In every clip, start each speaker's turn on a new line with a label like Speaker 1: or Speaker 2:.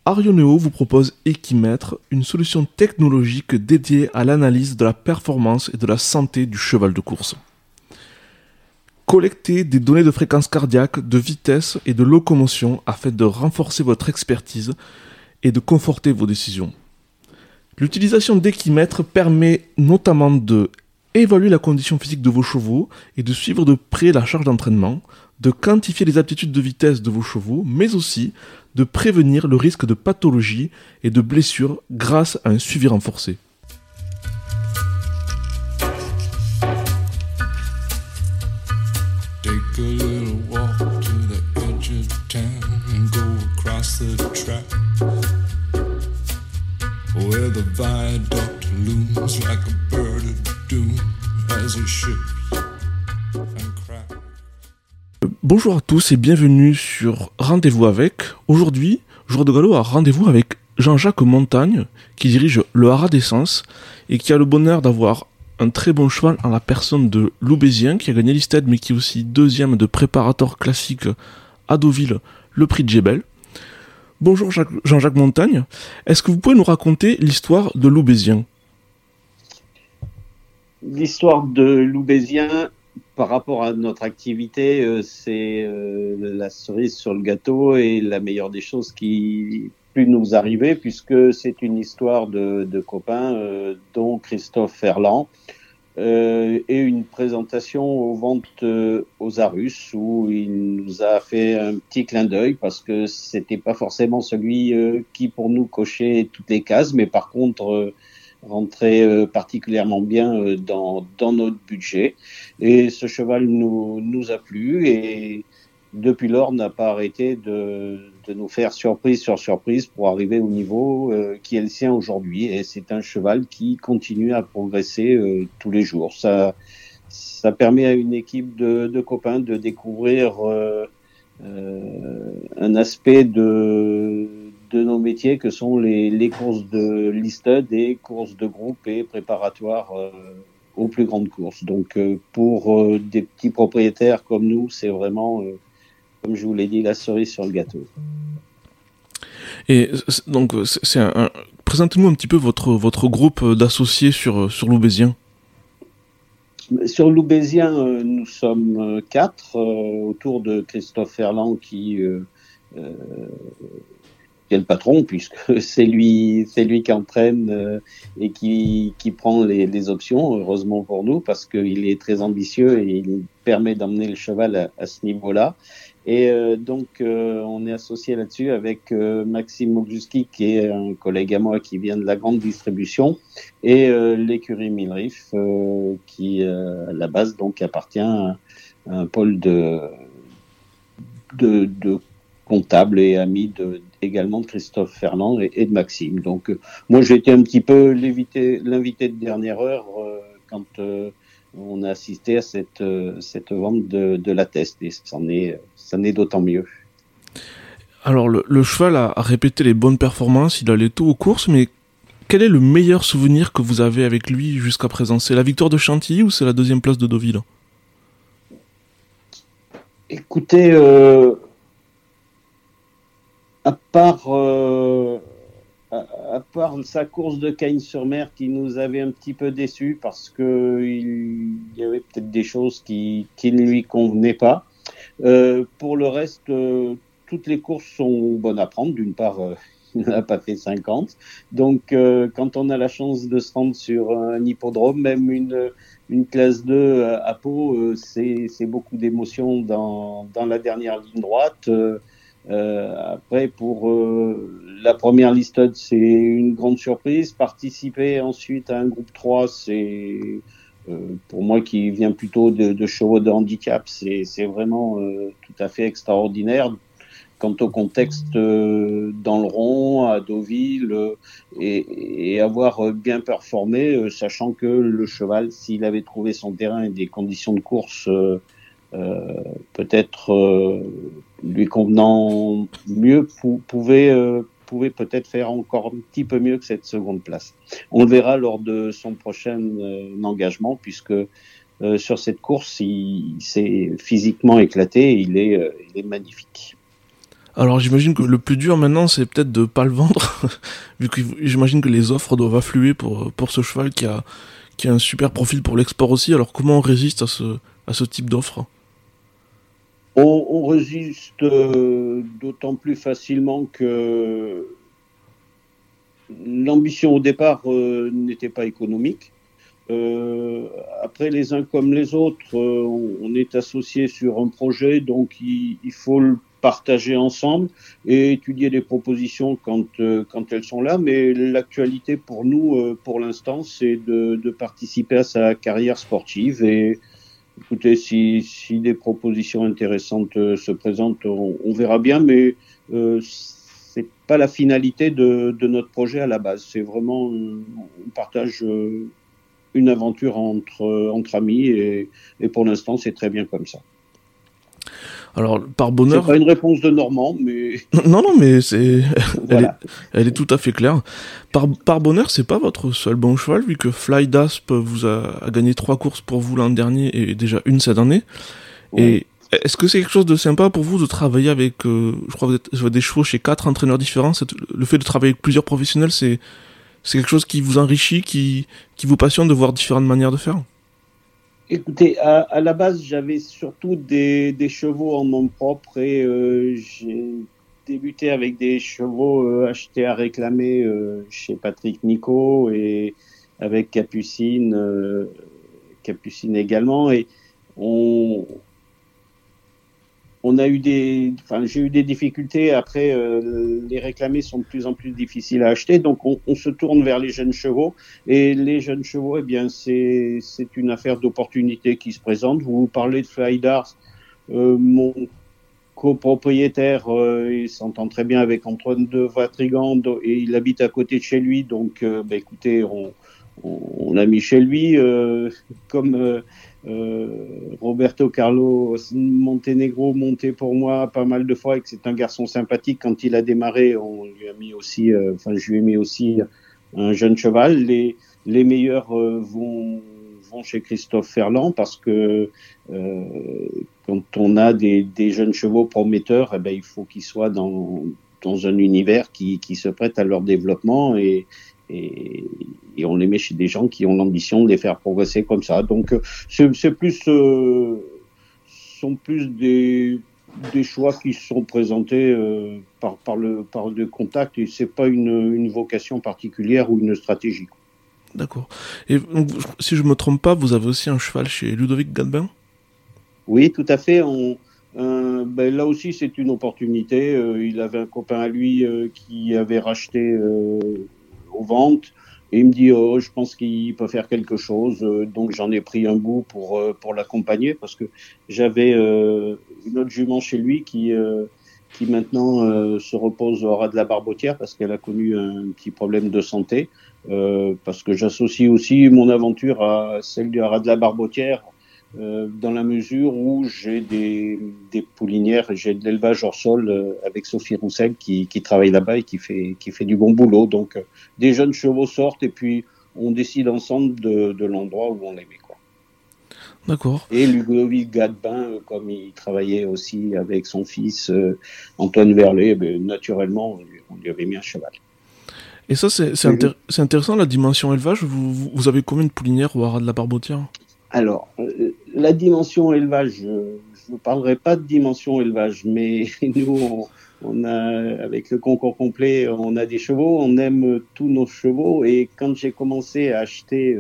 Speaker 1: Arioneo vous propose Equimètre, une solution technologique dédiée à l'analyse de la performance et de la santé du cheval de course. Collectez des données de fréquence cardiaque, de vitesse et de locomotion afin de renforcer votre expertise et de conforter vos décisions. L'utilisation d'Equimètre permet notamment de évaluer la condition physique de vos chevaux et de suivre de près la charge d'entraînement, de quantifier les aptitudes de vitesse de vos chevaux, mais aussi de prévenir le risque de pathologie et de blessures grâce à un suivi renforcé.
Speaker 2: Take a little walk to the edge of town and go across the track where the viaduct looms like a bird of doom as it shifts and cracks.
Speaker 1: Bonjour à tous et bienvenue sur Rendez-vous avec. Aujourd'hui, Jour de Galop a rendez-vous avec Jean-Jacques Montagne qui dirige le Haras d'Essence et qui a le bonheur d'avoir un très bon cheval en la personne de Loubésien qui a gagné l'Isted mais qui est aussi deuxième de préparateur classique à Deauville, le prix de Jebel. Bonjour Jean-Jacques Montagne, est-ce que vous pouvez nous raconter l'histoire de Loubésien ?
Speaker 3: L'histoire de Loubésien, par rapport à notre activité, c'est la cerise sur le gâteau et la meilleure des choses qui pu nous arriver, puisque c'est une histoire de copains, dont Christophe Ferland, et une présentation aux ventes aux Arus, où il nous a fait un petit clin d'œil, parce que c'était pas forcément celui qui, pour nous, cochait toutes les cases, mais par contre rentrait particulièrement bien dans notre budget. Et ce cheval nous a plu, et depuis lors n'a pas arrêté de nous faire surprise sur surprise pour arriver au niveau qui est le sien aujourd'hui. Et c'est un cheval qui continue à progresser tous les jours. Ça permet à une équipe de copains de découvrir un aspect de nos métiers que sont les courses de listed et courses de groupe et préparatoires aux plus grandes courses. Donc pour des petits propriétaires comme nous, c'est vraiment, comme je vous l'ai dit, la cerise sur le gâteau.
Speaker 1: Et donc, présentez-nous un petit peu votre groupe d'associés sur Loubésien.
Speaker 3: Sur Loubésien, nous sommes 4 autour de Christophe Ferland qui est le patron, puisque c'est lui qui entraîne et qui prend les options, heureusement pour nous, parce qu'il est très ambitieux et il permet d'emmener le cheval à ce niveau-là. Et donc on est associé là-dessus avec Maxime Mogjuski, qui est un collègue à moi qui vient de la grande distribution, et l'écurie Milrif, qui à la base donc appartient à un pôle de comptable et ami également de Christophe Ferland et de Maxime. Donc moi j'ai été un petit peu l'invité de dernière heure quand on a assisté à cette vente de la Test, et ça en est d'autant mieux.
Speaker 1: Alors le cheval a répété les bonnes performances, il allait tôt aux courses, mais quel est le meilleur souvenir que vous avez avec lui jusqu'à présent ? C'est la victoire de Chantilly ou c'est la deuxième place de Deauville ?
Speaker 3: Écoutez, à part sa course de Cagnes-sur-Mer qui nous avait un petit peu déçus parce que il y avait peut-être des choses qui ne lui convenaient pas. Pour le reste, toutes les courses sont bonnes à prendre. D'une part, il n'a pas fait 50. Donc, quand on a la chance de se rendre sur un hippodrome, même une classe 2 à Pau, c'est beaucoup d'émotions dans la dernière ligne droite. Après, pour la première listed, c'est une grande surprise. Participer ensuite à un groupe 3, c'est pour moi qui vient plutôt de chevaux de handicap, c'est vraiment tout à fait extraordinaire. Quant au contexte dans le rond, à Deauville, et avoir bien performé, sachant que le cheval, s'il avait trouvé son terrain et des conditions de course peut-être lui convenant mieux, pouvait peut-être faire encore un petit peu mieux que cette seconde place. On le verra lors de son prochain engagement, puisque sur cette course, il s'est physiquement éclaté et il est magnifique.
Speaker 1: Alors j'imagine que le plus dur maintenant c'est peut-être de pas le vendre, vu que j'imagine que les offres doivent affluer pour ce cheval qui a un super profil pour l'export aussi. Alors comment on résiste à ce type d'offre?
Speaker 3: On résiste d'autant plus facilement que l'ambition au départ n'était pas économique. Après, les uns comme les autres, on est associés sur un projet, donc il faut le partager ensemble et étudier des propositions quand elles sont là. Mais l'actualité pour nous, pour l'instant, c'est de participer à sa carrière sportive. Et écoutez, si des propositions intéressantes se présentent, on verra bien, mais c'est pas la finalité de notre projet à la base. C'est vraiment, on partage une aventure entre amis et pour l'instant, c'est très bien comme ça.
Speaker 1: Alors, par bonheur...
Speaker 3: C'est pas une réponse de Normand, mais...
Speaker 1: Non, mais c'est...
Speaker 3: Voilà.
Speaker 1: Elle est tout à fait claire. Par bonheur, c'est pas votre seul bon cheval, vu que Fly d'Asp vous a gagné 3 courses pour vous l'an dernier et déjà une cette année.
Speaker 3: Oui.
Speaker 1: Et est-ce que c'est quelque chose de sympa pour vous de travailler avec, je crois que vous avez des chevaux chez 4 entraîneurs différents? Le fait de travailler avec plusieurs professionnels, c'est quelque chose qui vous enrichit, qui vous passionne de voir différentes manières de faire?
Speaker 3: Écoutez, à la base, j'avais surtout des chevaux en nom propre et j'ai débuté avec des chevaux achetés à réclamer chez Patrick Nico et avec Capucine également. Et j'ai eu des difficultés. Après, les réclamés sont de plus en plus difficiles à acheter, donc on se tourne vers les jeunes chevaux. Et les jeunes chevaux, eh bien, c'est une affaire d'opportunité qui se présente. Vous parlez de Fly Dars, mon copropriétaire, il s'entend très bien avec Antoine de Vatrigan et il habite à côté de chez lui, donc écoutez, on l'a mis chez lui, comme Roberto Carlos Montenegro monté pour moi pas mal de fois et que c'est un garçon sympathique. Quand il a démarré, je lui ai mis aussi un jeune cheval. Les meilleurs vont chez Christophe Ferland parce que quand on a des jeunes chevaux prometteurs, il faut qu'ils soient dans un univers qui se prête à leur développement et on les met chez des gens qui ont l'ambition de les faire progresser comme ça. Donc c'est plus sont plus des choix qui sont présentés par le contact et c'est pas une vocation particulière ou une stratégie.
Speaker 1: D'accord. Et donc, si je me trompe pas, vous avez aussi un cheval chez Ludovic Gadbin?
Speaker 3: Oui, tout à fait. Là aussi, c'est une opportunité. Il avait un copain à lui qui avait racheté aux ventes. Et il me dit, je pense qu'il peut faire quelque chose. Donc, j'en ai pris un bout pour l'accompagner parce que j'avais une autre jument chez lui qui maintenant se repose au Haras de la Barbotière parce qu'elle a connu un petit problème de santé. Parce que j'associe aussi mon aventure à celle du Haras de la Barbotière dans la mesure où j'ai des poulinières, j'ai de l'élevage hors sol avec Sophie Roussel qui travaille là-bas et qui fait du bon boulot. Donc des jeunes chevaux sortent et puis on décide ensemble de l'endroit où on les met, quoi.
Speaker 1: D'accord.
Speaker 3: Et Ludovic Gadbin, comme il travaillait aussi avec son fils Antoine Verlet, naturellement on lui avait mis un cheval.
Speaker 1: Et ça, c'est intéressant, la dimension élevage. Vous avez combien de poulinières au Haras de la Barbotière?
Speaker 3: Alors, la dimension élevage, je ne parlerai pas de dimension élevage, mais nous, on a, avec le concours complet, on a des chevaux, on aime tous nos chevaux. Et quand j'ai commencé à acheter,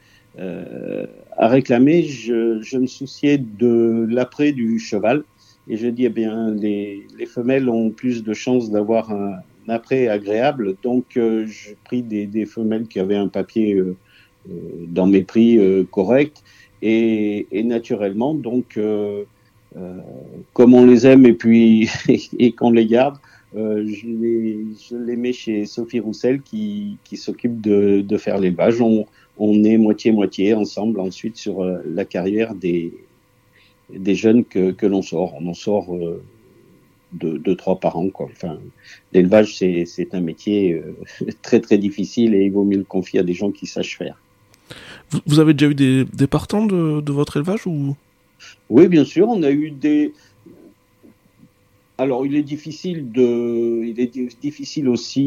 Speaker 3: à réclamer, je me souciais de l'après du cheval. Et je dis, les femelles ont plus de chances d'avoir un après agréable. Donc, j'ai pris des femelles qui avaient un papier dans mes prix corrects. Et naturellement, donc, comme on les aime et puis et qu'on les garde, je les mets chez Sophie Roussel qui s'occupe de faire l'élevage. On est moitié-moitié ensemble ensuite sur la carrière des jeunes que l'on sort. On en sort 2-3 par an, quoi. Enfin, l'élevage, c'est un métier très très difficile et il vaut mieux le confier à des gens qui sachent faire.
Speaker 1: Vous avez déjà eu des partants de votre élevage ou?
Speaker 3: Oui, bien sûr, on a eu Alors, il est difficile aussi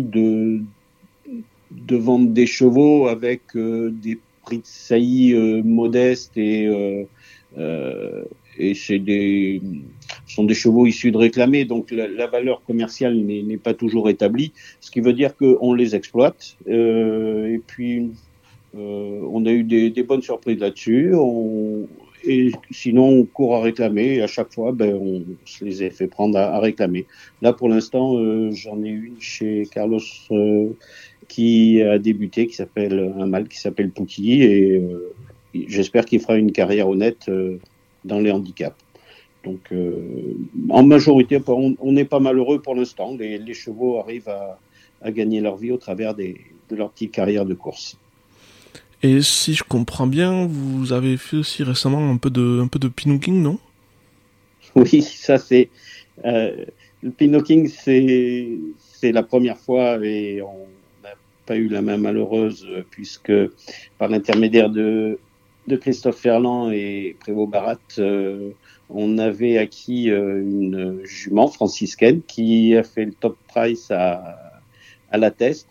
Speaker 3: de vendre des chevaux avec des prix de saillie modestes et ce sont des chevaux issus de réclamés, donc la valeur commerciale n'est pas toujours établie, ce qui veut dire qu'on les exploite. Et puis, on a eu des bonnes surprises là-dessus. Et sinon, on court à réclamer. Et à chaque fois, on se les a fait prendre à réclamer. Là, pour l'instant, j'en ai une chez Carlos qui a débuté, un mâle qui s'appelle Pouki. Et j'espère qu'il fera une carrière honnête dans les handicaps. Donc, en majorité, on n'est pas malheureux pour l'instant. Les chevaux arrivent à gagner leur vie au travers de leur petite carrière de course.
Speaker 1: Et si je comprends bien, vous avez fait aussi récemment un peu de pinocching, non?
Speaker 3: Oui, ça c'est le pinocching, c'est la première fois et on n'a pas eu la main malheureuse puisque par l'intermédiaire de Christophe Ferland et Prévost Barat, on avait acquis une jument franciscaine qui a fait le top price à la test.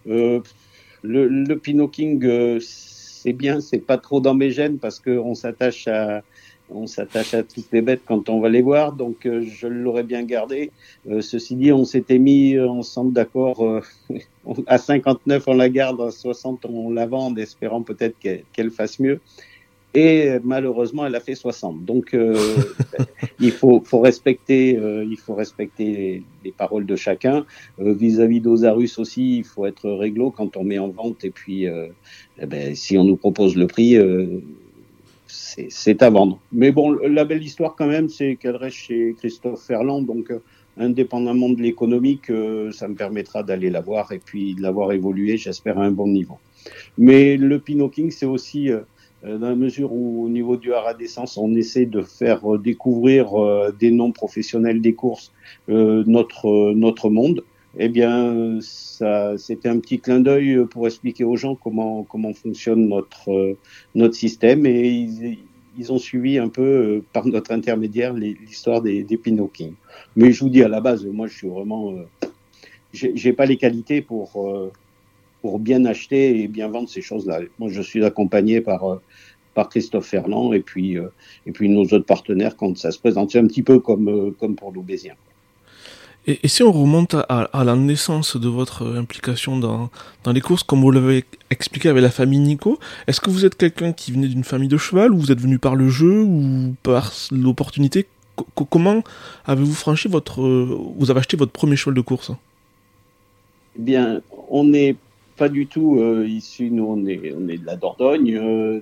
Speaker 3: Le pinocching, c'est bien, c'est pas trop dans mes gènes parce qu'on s'attache à toutes les bêtes quand on va les voir, donc je l'aurais bien gardé. Ceci dit, on s'était mis ensemble d'accord à 59 on la garde, à 60 on la vend, en espérant peut-être qu'elle fasse mieux. Et malheureusement, elle a fait 60. Donc, il faut respecter les paroles de chacun. Vis-à-vis d'Osarus aussi, il faut être réglo quand on met en vente. Et puis, si on nous propose le prix, c'est à vendre. Mais bon, la belle histoire quand même, c'est qu'elle reste chez Christophe Ferland. Donc, indépendamment de l'économique, ça me permettra d'aller la voir et puis de la voir évoluer, j'espère, à un bon niveau. Mais le pinocching, c'est aussi... dans la mesure où au niveau du haras d'essence, on essaie de faire découvrir des non professionnels des courses notre monde, eh bien ça c'était un petit clin d'œil pour expliquer aux gens comment fonctionne notre système et ils ont suivi un peu par notre intermédiaire l'histoire des pinocching. Mais je vous dis à la base, moi je suis vraiment j'ai pas les qualités pour bien acheter et bien vendre ces choses-là. Moi, je suis accompagné par Christophe Ferland et puis nos autres partenaires quand ça se présente. C'est un petit peu comme pour l'Aubésien.
Speaker 1: Et si on remonte à la naissance de votre implication dans les courses, comme vous l'avez expliqué avec la famille Nico, est-ce que vous êtes quelqu'un qui venait d'une famille de cheval, ou vous êtes venu par le jeu, ou par l'opportunité? Comment avez-vous vous avez acheté votre premier cheval de course?
Speaker 3: Eh bien, on n'est pas du tout issus, nous on est de la Dordogne,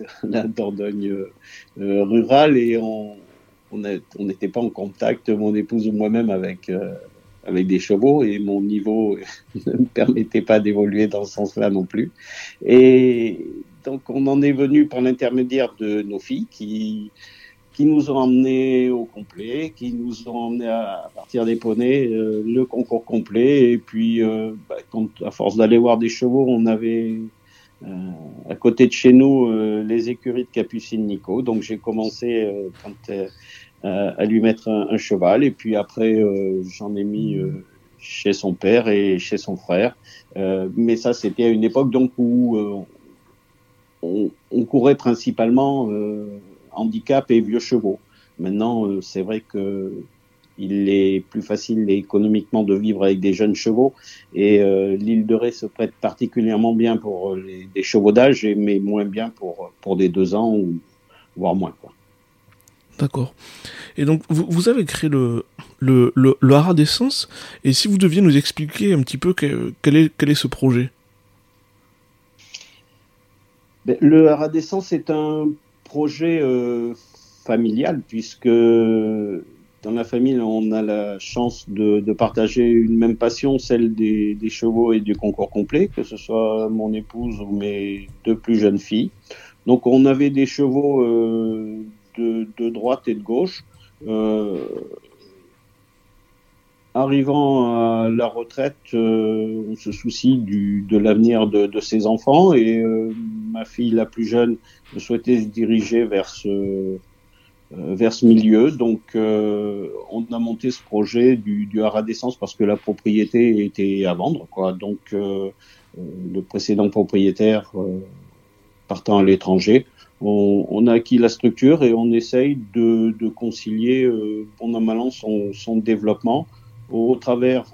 Speaker 3: rurale, et on n'était pas en contact, mon épouse ou moi-même, avec des chevaux, et mon niveau ne me permettait pas d'évoluer dans ce sens-là non plus. Et donc on en est venu par l'intermédiaire de nos filles qui nous ont emmenés au complet, qui nous ont emmenés à partir des poneys, le concours complet. Et puis, à force d'aller voir des chevaux, on avait à côté de chez nous les écuries de Capucine Nico. Donc j'ai commencé à lui mettre un cheval. Et puis après, j'en ai mis chez son père et chez son frère. Mais ça, c'était à une époque donc où on courait principalement... handicap et vieux chevaux. Maintenant, c'est vrai que il est plus facile économiquement de vivre avec des jeunes chevaux et l'île de Ré se prête particulièrement bien pour des chevaux d'âge, mais moins bien pour des 2 ans ou voire moins, quoi.
Speaker 1: D'accord. Et donc, vous avez créé le haras d'essence, et si vous deviez nous expliquer un petit peu quel est ce projet?
Speaker 3: Le haras d'essence est un projet familial, puisque dans la famille, on a la chance de partager une même passion, celle des chevaux et du concours complet, que ce soit mon épouse ou mes 2 plus jeunes filles. Donc on avait des chevaux de droite et de gauche. Arrivant à la retraite, on se soucie de l'avenir de ses enfants, et ma fille la plus jeune souhaitait se diriger vers vers ce milieu. Donc, on a monté ce projet du haras d'essence parce que la propriété était à vendre, quoi. Donc, le précédent propriétaire partant à l'étranger, on a acquis la structure et on essaye de concilier bon an mal an son développement au travers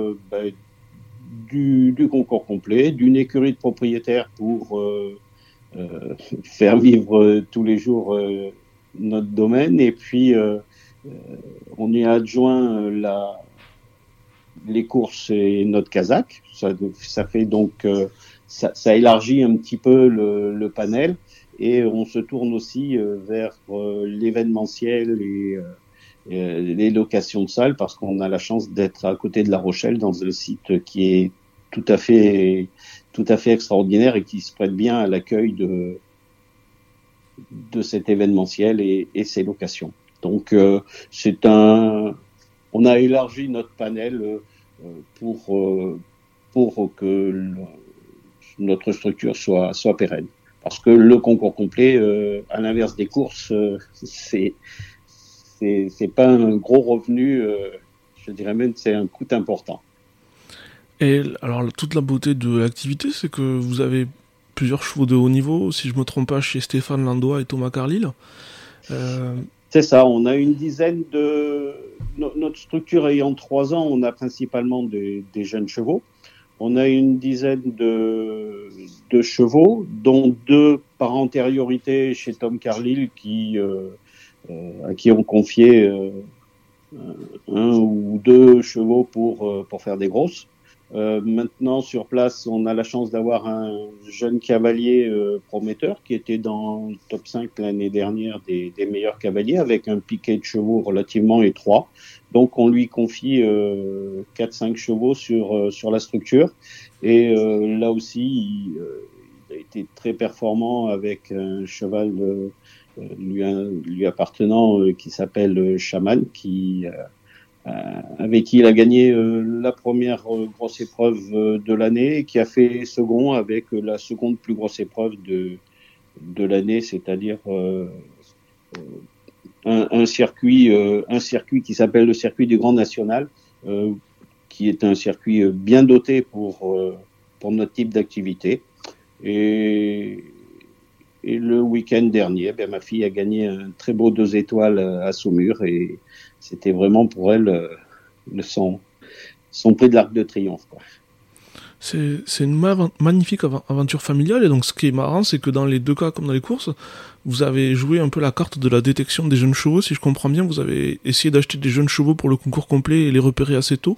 Speaker 3: du concours complet, d'une écurie de propriétaires pour faire vivre tous les jours notre domaine, et puis on y a adjoint les courses et notre casaque. Ça fait donc ça élargit un petit peu le panel, et on se tourne aussi vers l'événementiel et les locations de salles, parce qu'on a la chance d'être à côté de La Rochelle, dans un site qui est tout à fait extraordinaire et qui se prête bien à l'accueil de cet événementiel et ses locations. Donc on a élargi notre panel pour que notre structure soit pérenne. Parce que le concours complet, à l'inverse des courses, c'est pas un gros revenu, je dirais même que c'est un coût important.
Speaker 1: Et alors, toute la beauté de l'activité, c'est que vous avez plusieurs chevaux de haut niveau, si je me trompe pas, chez Stéphane Landois et Thomas Carlyle.
Speaker 3: C'est ça, on a une dizaine notre structure ayant 3 ans, on a principalement des jeunes chevaux. On a une dizaine de chevaux, dont 2 par antériorité chez Tom Carlyle, à qui on confiait 1 ou 2 chevaux pour faire des grosses. Maintenant, sur place, on a la chance d'avoir un jeune cavalier prometteur qui était dans le top 5 l'année dernière des meilleurs cavaliers, avec un piquet de chevaux relativement étroit. Donc, on lui confie 4-5 chevaux sur la structure. Et là aussi, il a été très performant avec un cheval lui appartenant qui s'appelle Chaman, avec qui il a gagné la première grosse épreuve de l'année, et qui a fait second avec la seconde plus grosse épreuve de l'année, c'est-à-dire un circuit qui s'appelle le circuit du Grand National, qui est un circuit bien doté pour notre type d'activité. Et le week-end dernier, ma fille a gagné un très beau 2 étoiles à Saumur, et c'était vraiment pour elle son prix de l'Arc de Triomphe, quoi.
Speaker 1: C'est une magnifique aventure familiale, et donc ce qui est marrant, c'est que dans les 2 cas, comme dans les courses, vous avez joué un peu la carte de la détection des jeunes chevaux. Si je comprends bien, vous avez essayé d'acheter des jeunes chevaux pour le concours complet et les repérer assez tôt.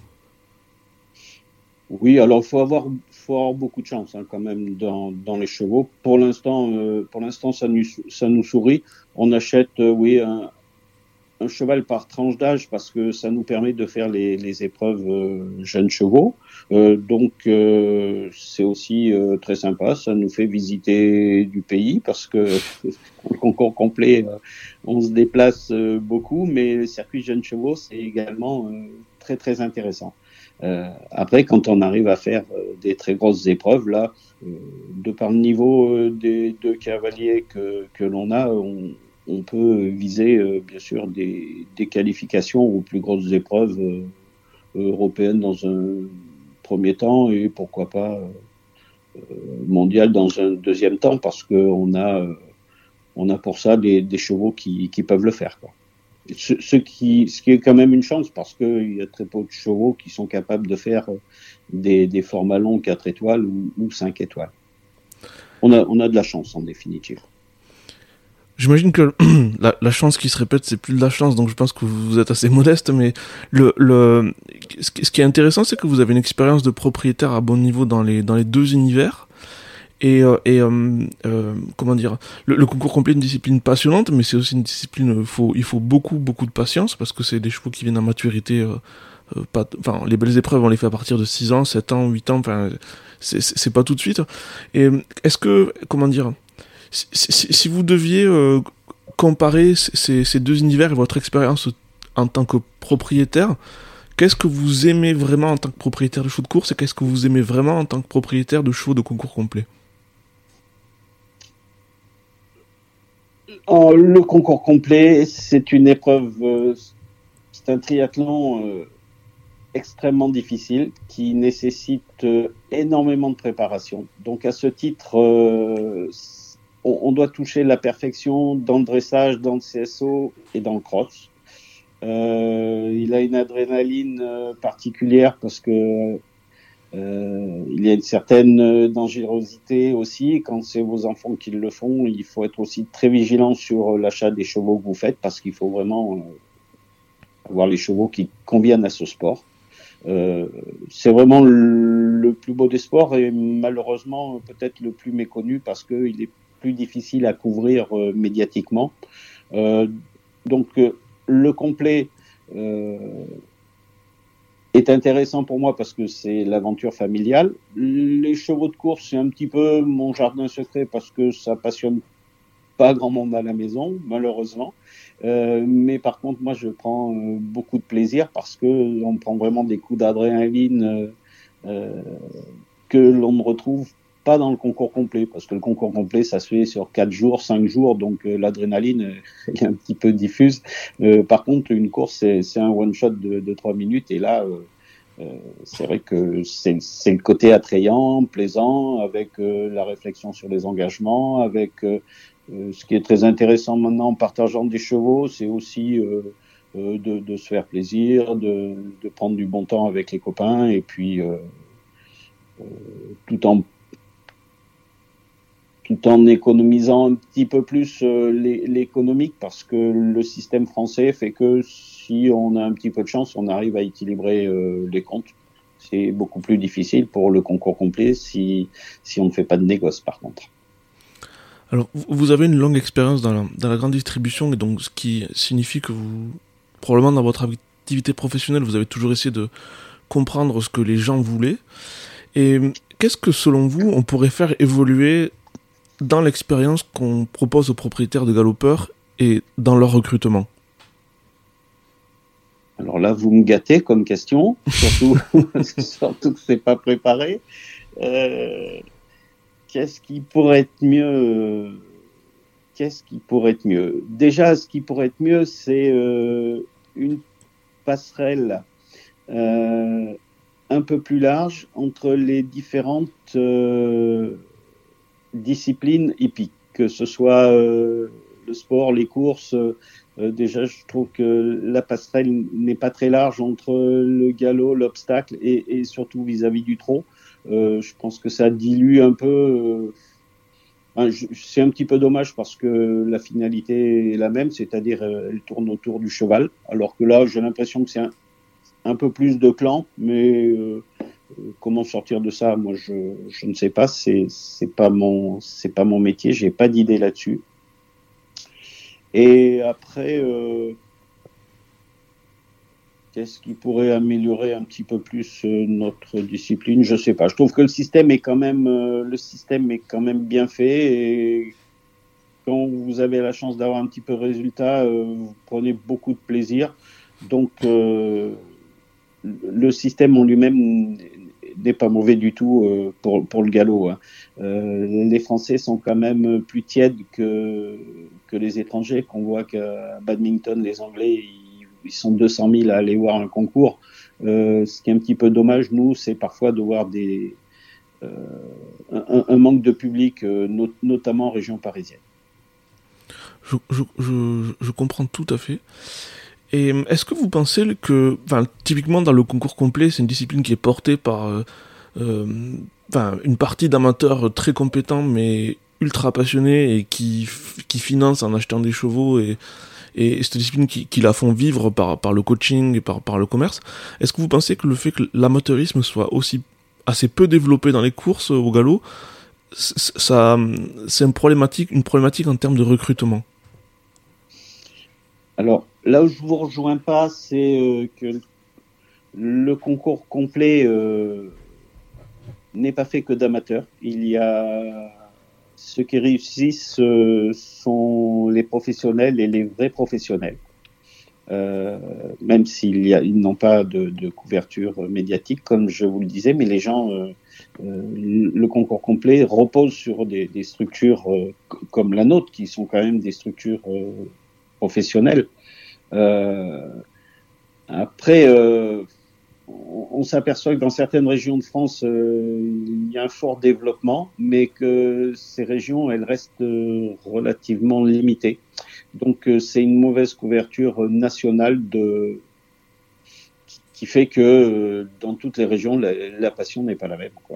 Speaker 3: Oui, alors il faut avoir beaucoup de chance quand même dans les chevaux. Pour l'instant, ça nous sourit. On achète, un cheval par tranche d'âge, parce que ça nous permet de faire les épreuves jeunes chevaux. Donc c'est aussi très sympa. Ça nous fait visiter du pays, parce que le concours complet, on se déplace beaucoup, mais le circuit jeunes chevaux, c'est également très très intéressant. Après, quand on arrive à faire des très grosses épreuves, là, de par le niveau des 2 cavaliers que l'on a, on peut viser bien sûr des qualifications aux plus grosses épreuves européennes dans un premier temps, et pourquoi pas mondiales dans un deuxième temps, parce que on a pour ça des chevaux qui peuvent le faire, quoi. Ce qui est quand même une chance, parce qu'il y a très peu de chevaux qui sont capables de faire des formats longs 4 étoiles ou 5 étoiles. On a de la chance, en définitive.
Speaker 1: J'imagine que la chance qui se répète, c'est plus de la chance, donc je pense que vous êtes assez modeste, mais ce qui est intéressant, c'est que vous avez une expérience de propriétaire à bon niveau dans les 2 univers. Et comment dire, le concours complet est une discipline passionnante, mais c'est aussi une discipline, il faut beaucoup de patience, parce que c'est des chevaux qui viennent à maturité, les belles épreuves on les fait à partir de 6 ans, 7 ans, 8 ans, enfin c'est pas tout de suite. Et est-ce que, comment dire, si vous deviez comparer ces 2 univers et votre expérience en tant que propriétaire, qu'est-ce que vous aimez vraiment en tant que propriétaire de chevaux de course, et qu'est-ce que vous aimez vraiment en tant que propriétaire de chevaux de concours complet?
Speaker 3: Le concours complet, c'est une épreuve, c'est un triathlon extrêmement difficile qui nécessite énormément de préparation. Donc à ce titre, on doit toucher la perfection dans le dressage, dans le CSO et dans le cross. Il a une adrénaline particulière parce que il y a une certaine dangerosité aussi. Quand c'est vos enfants qui le font, il faut être aussi très vigilant sur l'achat des chevaux que vous faites parce qu'il faut vraiment avoir les chevaux qui conviennent à ce sport. C'est vraiment le plus beau des sports et malheureusement peut-être le plus méconnu parce qu'il est plus difficile à couvrir médiatiquement. Donc le complet est intéressant pour moi parce que c'est l'aventure familiale. Les chevaux de course, c'est un petit peu mon jardin secret parce que ça passionne pas grand monde à la maison, malheureusement. Mais par contre, moi, je prends beaucoup de plaisir parce que on prend vraiment des coups d'adrénaline que l'on ne retrouve pas dans le concours complet, parce que le concours complet, ça se fait sur 4 jours, 5 jours, donc l'adrénaline est un petit peu diffuse. Par contre, une course, c'est un one-shot de 3 minutes, et là, c'est vrai que c'est le côté attrayant, plaisant, avec la réflexion sur les engagements, avec ce qui est très intéressant maintenant en partageant des chevaux, c'est aussi de se faire plaisir, de prendre du bon temps avec les copains, et puis tout en économisant un petit peu plus l'économique, parce que le système français fait que si on a un petit peu de chance, on arrive à équilibrer les comptes. C'est beaucoup plus difficile pour le concours complet si on ne fait pas de négoce, par contre.
Speaker 1: Alors, vous avez une longue expérience dans la grande distribution, et donc ce qui signifie que vous, probablement dans votre activité professionnelle, vous avez toujours essayé de comprendre ce que les gens voulaient. Et qu'est-ce que, selon vous, on pourrait faire évoluer dans l'expérience qu'on propose aux propriétaires de galopeurs et dans leur recrutement?
Speaker 3: Alors là, vous me gâtez comme question, surtout que c'est pas préparé. Qu'est-ce qui pourrait être mieux? Déjà, ce qui pourrait être mieux, c'est une passerelle un peu plus large entre les différentes disciplines hippiques, que ce soit le sport, les courses. Déjà, je trouve que la passerelle n'est pas très large entre le galop, l'obstacle et surtout vis-à-vis du trot. Je pense que ça dilue un peu. C'est un petit peu dommage parce que la finalité est la même, c'est-à-dire elle tourne autour du cheval. Alors que là, j'ai l'impression que c'est un peu plus de clan, mais comment sortir de ça, moi je ne sais pas. C'est pas mon métier. J'ai pas d'idée là-dessus. Et après, qu'est-ce qui pourrait améliorer un petit peu plus notre discipline? Je sais pas. Je trouve que le système est quand même bien fait, et quand vous avez la chance d'avoir un petit peu de résultat, vous prenez beaucoup de plaisir. Donc le système en lui-même n'est pas mauvais du tout pour le galop. Hein. Les Français sont quand même plus tièdes que les étrangers, qu'on voit qu'à badminton, les Anglais, ils sont 200 000 à aller voir un concours. Ce qui est un petit peu dommage, nous, c'est parfois de voir un manque de public, notamment en région parisienne.
Speaker 1: Je comprends tout à fait. Et est-ce que vous pensez que, typiquement dans le concours complet, c'est une discipline qui est portée par une partie d'amateurs très compétents mais ultra passionnés et qui financent en achetant des chevaux, et cette discipline qui la font vivre par le coaching et par le commerce. Est-ce que vous pensez que le fait que l'amateurisme soit aussi assez peu développé dans les courses au galop, c'est une problématique en termes de recrutement?
Speaker 3: Alors, là où je vous rejoins pas, c'est que le concours complet n'est pas fait que d'amateurs. Il y a ceux qui réussissent sont les professionnels et les vrais professionnels. même ils n'ont pas de couverture médiatique, comme je vous le disais, mais les gens, le concours complet repose sur des structures comme la nôtre, qui sont quand même des structures professionnelles. Après, on s'aperçoit que dans certaines régions de France, il y a un fort développement, mais que ces régions, elles restent relativement limitées. Donc, c'est une mauvaise couverture nationale qui fait que dans toutes les régions, la passion n'est pas la même, quoi.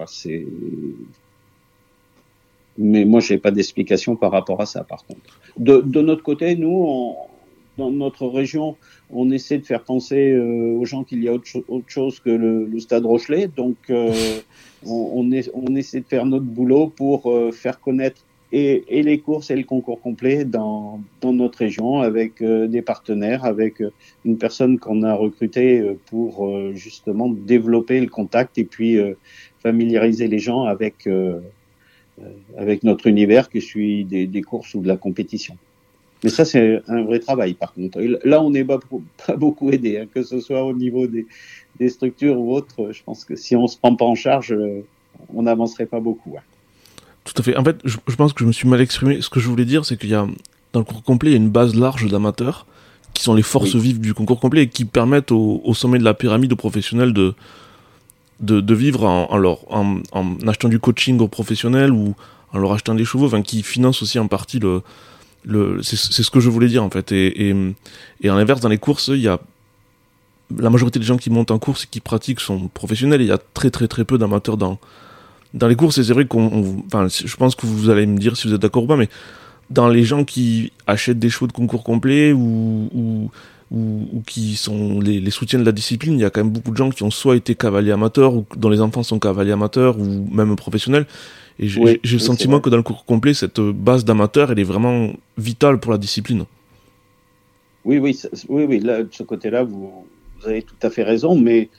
Speaker 3: Mais moi, j'ai pas d'explication par rapport à ça, par contre. De notre côté, nous, dans notre région, on essaie de faire penser aux gens qu'il y a autre chose que le Stade Rochelet. Donc, on essaie de faire notre boulot pour faire connaître et les courses et le concours complet dans notre région, avec des partenaires, avec une personne qu'on a recrutée pour justement développer le contact et puis familiariser les gens avec notre univers, que suit des courses ou de la compétition. Mais ça, c'est un vrai travail, par contre. Là, on n'est pas beaucoup aidé, hein, que ce soit au niveau des structures ou autres. Je pense que si on se prend pas en charge, on n'avancerait pas beaucoup. Hein.
Speaker 1: Tout à fait. En fait, je pense que je me suis mal exprimé. Ce que je voulais dire, c'est qu'il y a, dans le concours complet, il y a une base large d'amateurs, qui sont les forces vives du concours complet, et qui permettent au sommet de la pyramide aux professionnels de vivre en achetant du coaching aux professionnels ou en leur achetant des chevaux, enfin, qui financent aussi en partie c'est ce que je voulais dire, en fait. Et à l'inverse, dans les courses, il y a la majorité des gens qui montent en course et qui pratiquent sont professionnels, et il y a très très très peu d'amateurs dans les courses. Et c'est vrai enfin, je pense que vous allez me dire si vous êtes d'accord ou pas, mais dans les gens qui achètent des chevaux de concours complet ou qui sont les soutiens de la discipline, il y a quand même beaucoup de gens qui ont soit été cavaliers amateurs, ou dont les enfants sont cavaliers amateurs, ou même professionnels. Et j'ai le sentiment que dans le concours complet, cette base d'amateurs, elle est vraiment vitale pour la discipline.
Speaker 3: Oui, là, de ce côté-là, vous avez tout à fait raison, mais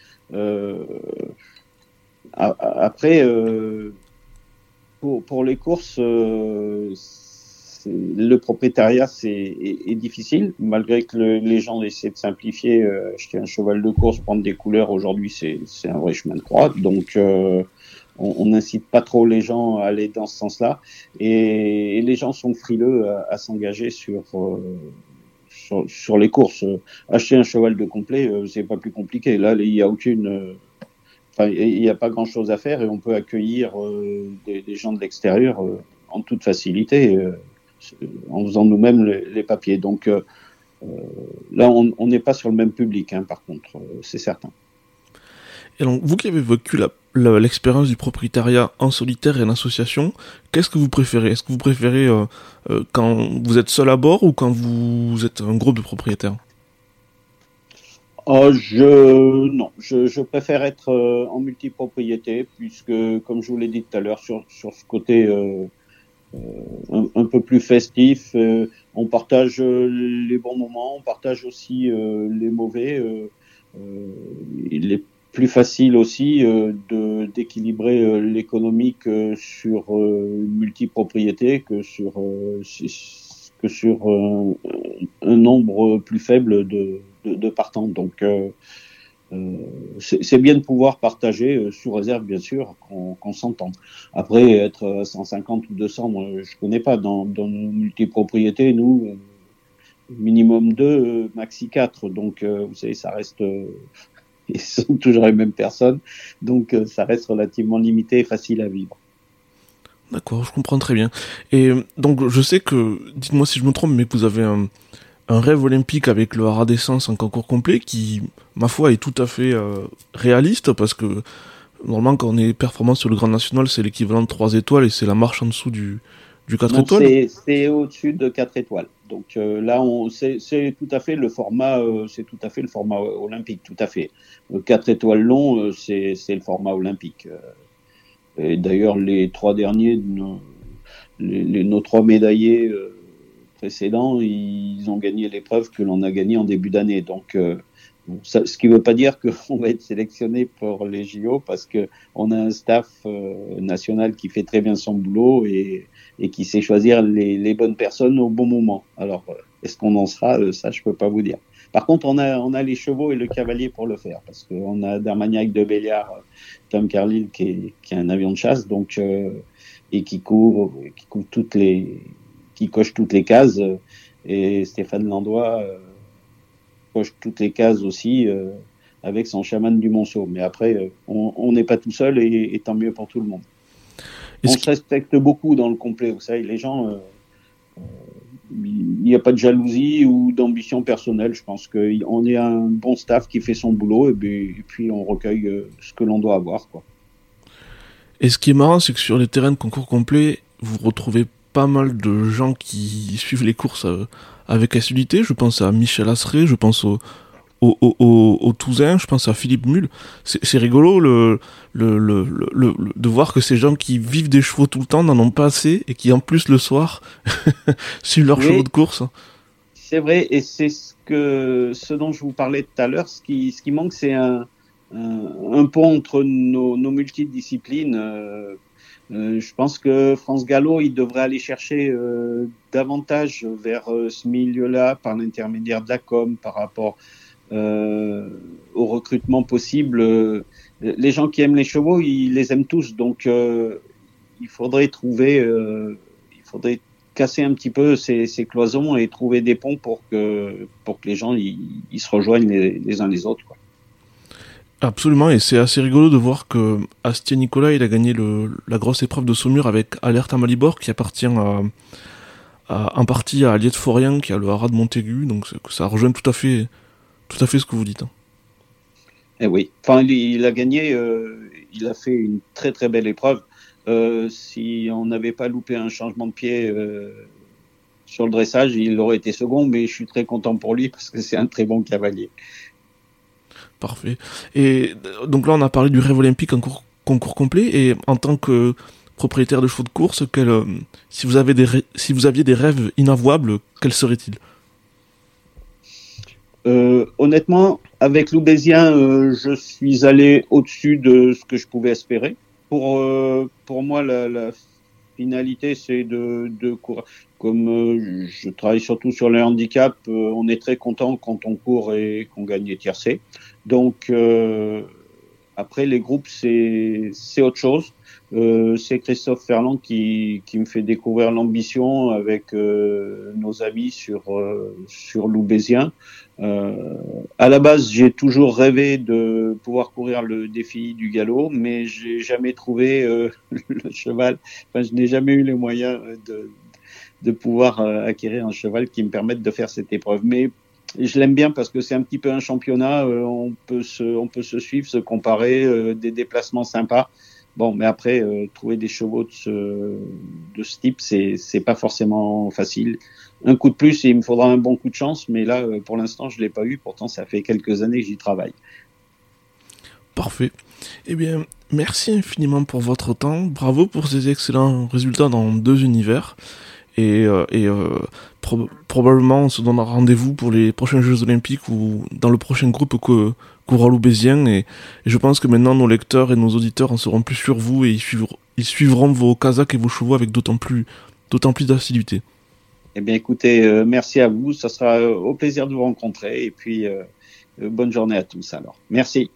Speaker 3: après, pour les courses, le propriétariat est difficile, malgré que les gens essaient de simplifier. Acheter un cheval de course, prendre des couleurs, aujourd'hui, c'est un vrai chemin de croix. Donc, on n'incite pas trop les gens à aller dans ce sens-là. Et les gens sont frileux à s'engager sur les courses. Acheter un cheval de complet, c'est pas plus compliqué. Là, il y a il n'y a pas grand-chose à faire, et on peut accueillir des gens de l'extérieur en toute facilité, en faisant nous-mêmes les papiers. Donc là, on n'est pas sur le même public, hein, par contre, c'est certain.
Speaker 1: Et donc, vous qui avez vécu l'expérience du propriétariat en solitaire et en association, qu'est-ce que vous préférez ? Est-ce que vous préférez quand vous êtes seul à bord, ou quand vous êtes un groupe de propriétaires ?
Speaker 3: Je préfère être en multipropriété, puisque, comme je vous l'ai dit tout à l'heure, sur ce côté un peu plus festif, on partage les bons moments, on partage aussi les mauvais. Il est plus facile aussi d'équilibrer l'économique sur une multipropriété que sur un nombre plus faible de partants. Donc c'est bien de pouvoir partager, sous réserve bien sûr qu'on s'entende. Après, être 150 ou 200, moi je connais pas. Dans nos multipropriétés, nous, minimum 2, maxi 4. Donc vous savez, ça reste ils sont toujours les mêmes personnes, donc ça reste relativement limité et facile à vivre.
Speaker 1: D'accord, je comprends très bien. Et donc je sais que, dites-moi si je me trompe, mais que vous avez un rêve olympique avec le haras d'essence en concours complet qui, ma foi, est tout à fait réaliste, parce que normalement quand on est performant sur le Grand National, c'est l'équivalent de 3 étoiles, et c'est la marche en dessous du 4 étoiles.
Speaker 3: C'est au-dessus de 4 étoiles. Donc là, c'est tout à fait le format, olympique, tout à fait. 4 étoiles long, c'est le format olympique. Et d'ailleurs, les 3 derniers, nos 3 médaillés précédents, ils ont gagné l'épreuve que l'on a gagnée en début d'année. Donc Bon, ce qui ne veut pas dire qu'on va être sélectionné pour les JO parce qu'on a un staff national qui fait très bien son boulot et qui sait choisir les bonnes personnes au bon moment. Alors, est-ce qu'on en sera? Ça, je peux pas vous dire. Par contre, on a les chevaux et le cavalier pour le faire parce qu'on a d'Armagnac de Béliard, Tom Carlyle qui est un avion de chasse, donc et qui court qui coche toutes les cases, et Stéphane Landois coche toutes les cases aussi avec son chaman du Monceau. Mais après, on n'est pas tout seul et tant mieux pour tout le monde. On se respecte beaucoup dans le complet. Vous savez, les gens, il n'y a pas de jalousie ou d'ambition personnelle. Je pense qu'on est un bon staff qui fait son boulot et puis on recueille ce que l'on doit avoir, quoi.
Speaker 1: Et ce qui est marrant, c'est que sur les terrains de concours complet, vous retrouvez pas mal de gens qui suivent les courses avec assiduité. Je pense à Michel Asseret, je pense au Tousin, je pense à Philippe Mulle. C'est rigolo de voir que ces gens qui vivent des chevaux tout le temps n'en ont pas assez et qui en plus le soir suivent leurs chevaux de course.
Speaker 3: C'est vrai, et c'est ce dont je vous parlais tout à l'heure. Ce qui manque, c'est un pont entre nos multidisciplines. Je pense que France Gallo, il devrait aller chercher davantage vers ce milieu-là par l'intermédiaire de la com, par rapport au recrutement possible. Les gens qui aiment les chevaux, ils les aiment tous, donc il faudrait casser un petit peu ces cloisons et trouver des ponts pour que les gens ils se rejoignent les uns les autres, quoi.
Speaker 1: Absolument, et c'est assez rigolo de voir que Astier Nicolas, il a gagné la grosse épreuve de Saumur avec Alerte à Malibor, qui appartient en partie à Aliette Forien, qui a le haras de Montaigu, donc ça rejoint tout à fait ce que vous dites.
Speaker 3: Eh oui, enfin il a gagné, il a fait une très très belle épreuve. Si on n'avait pas loupé un changement de pied sur le dressage, il aurait été second, mais je suis très content pour lui parce que c'est un très bon cavalier.
Speaker 1: Parfait. Et donc là, on a parlé du rêve olympique en concours complet, et en tant que propriétaire de chevaux de course, si vous aviez des rêves inavouables, quels seraient-ils?
Speaker 3: Honnêtement, avec Loubezien, je suis allé au-dessus de ce que je pouvais espérer. Pour moi, la finalité, c'est de courir. Comme je travaille surtout sur le handicap, on est très content quand on court et qu'on gagne les tiercés. Donc, après, les groupes, c'est autre chose. C'est Christophe Ferland qui me fait découvrir l'ambition avec nos amis sur Loubezien. À la base, j'ai toujours rêvé de pouvoir courir le défi du galop, mais j'ai jamais trouvé le cheval. Enfin, je n'ai jamais eu les moyens de pouvoir acquérir un cheval qui me permette de faire cette épreuve. Mais je l'aime bien parce que c'est un petit peu un championnat. On peut se suivre, se comparer, des déplacements sympas. Bon, mais après, trouver des chevaux de ce type, c'est pas forcément facile. Un coup de plus, et il me faudra un bon coup de chance, mais là, pour l'instant, je l'ai pas eu. Pourtant, ça fait quelques années que j'y travaille.
Speaker 1: Parfait. Eh bien, merci infiniment pour votre temps. Bravo pour ces excellents résultats dans 2 univers. Et probablement, on se donnera rendez-vous pour les prochains Jeux Olympiques ou dans le prochain groupe qu'aura Loubezien. Et je pense que maintenant, nos lecteurs et nos auditeurs en sauront plus sur vous et ils suivront vos casaques et vos chevaux avec d'autant plus d'assiduité.
Speaker 3: Eh bien, écoutez, merci à vous. Ça sera au plaisir de vous rencontrer. Et puis, bonne journée à tous alors. Merci.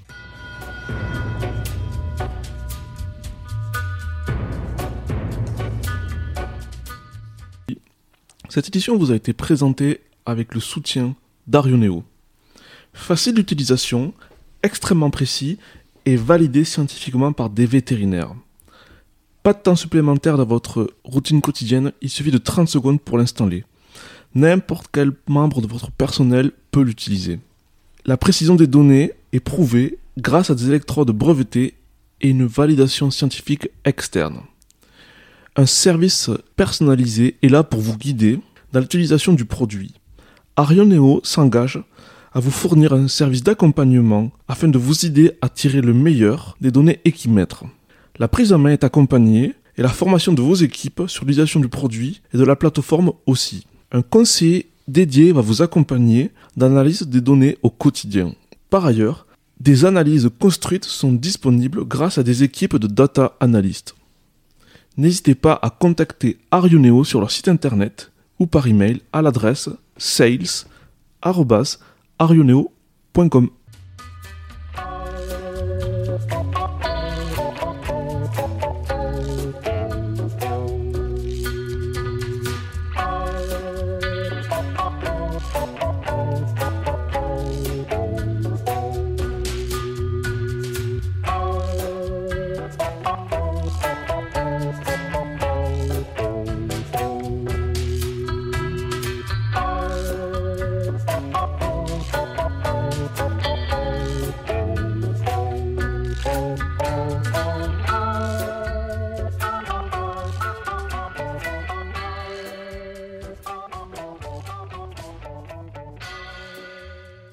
Speaker 1: Cette édition vous a été présentée avec le soutien d'Arioneo. Facile d'utilisation, extrêmement précis et validé scientifiquement par des vétérinaires. Pas de temps supplémentaire dans votre routine quotidienne, il suffit de 30 secondes pour l'installer. N'importe quel membre de votre personnel peut l'utiliser. La précision des données est prouvée grâce à des électrodes brevetées et une validation scientifique externe. Un service personnalisé est là pour vous guider dans l'utilisation du produit. Arioneo s'engage à vous fournir un service d'accompagnement afin de vous aider à tirer le meilleur des données équimètres. La prise en main est accompagnée et la formation de vos équipes sur l'utilisation du produit et de la plateforme aussi. Un conseiller dédié va vous accompagner dans l'analyse des données au quotidien. Par ailleurs, des analyses construites sont disponibles grâce à des équipes de data analystes. N'hésitez pas à contacter Arioneo sur leur site internet ou par email à l'adresse sales@arioneo.com.